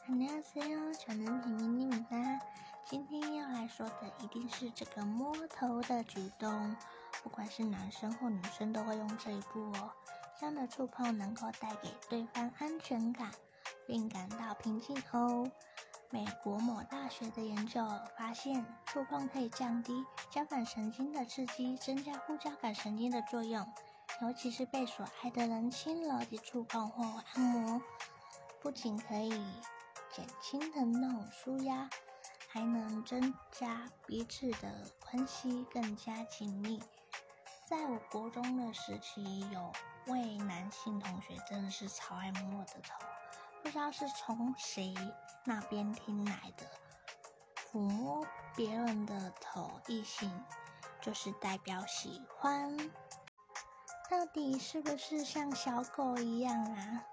안녕하세요，小人品迷你米啦。今天要来说的一定是这个摸头的举动，不管是男生或女生都会用这一步哦。这样的触碰能够带给对方安全感，并感到平静哦。美国某大学的研究发现，触碰可以降低交感神经的刺激，增加副交感神经的作用，尤其是被所爱的人轻柔地触碰或按摩，不仅可以减轻疼痛舒压，还能增加彼此的关系更加紧密。在我国中的时期，有位男性同学真的是超爱摸我的头，不知道是从谁那边听来的，抚摸别人的头，异性就是代表喜欢。到底是不是像小狗一样啊？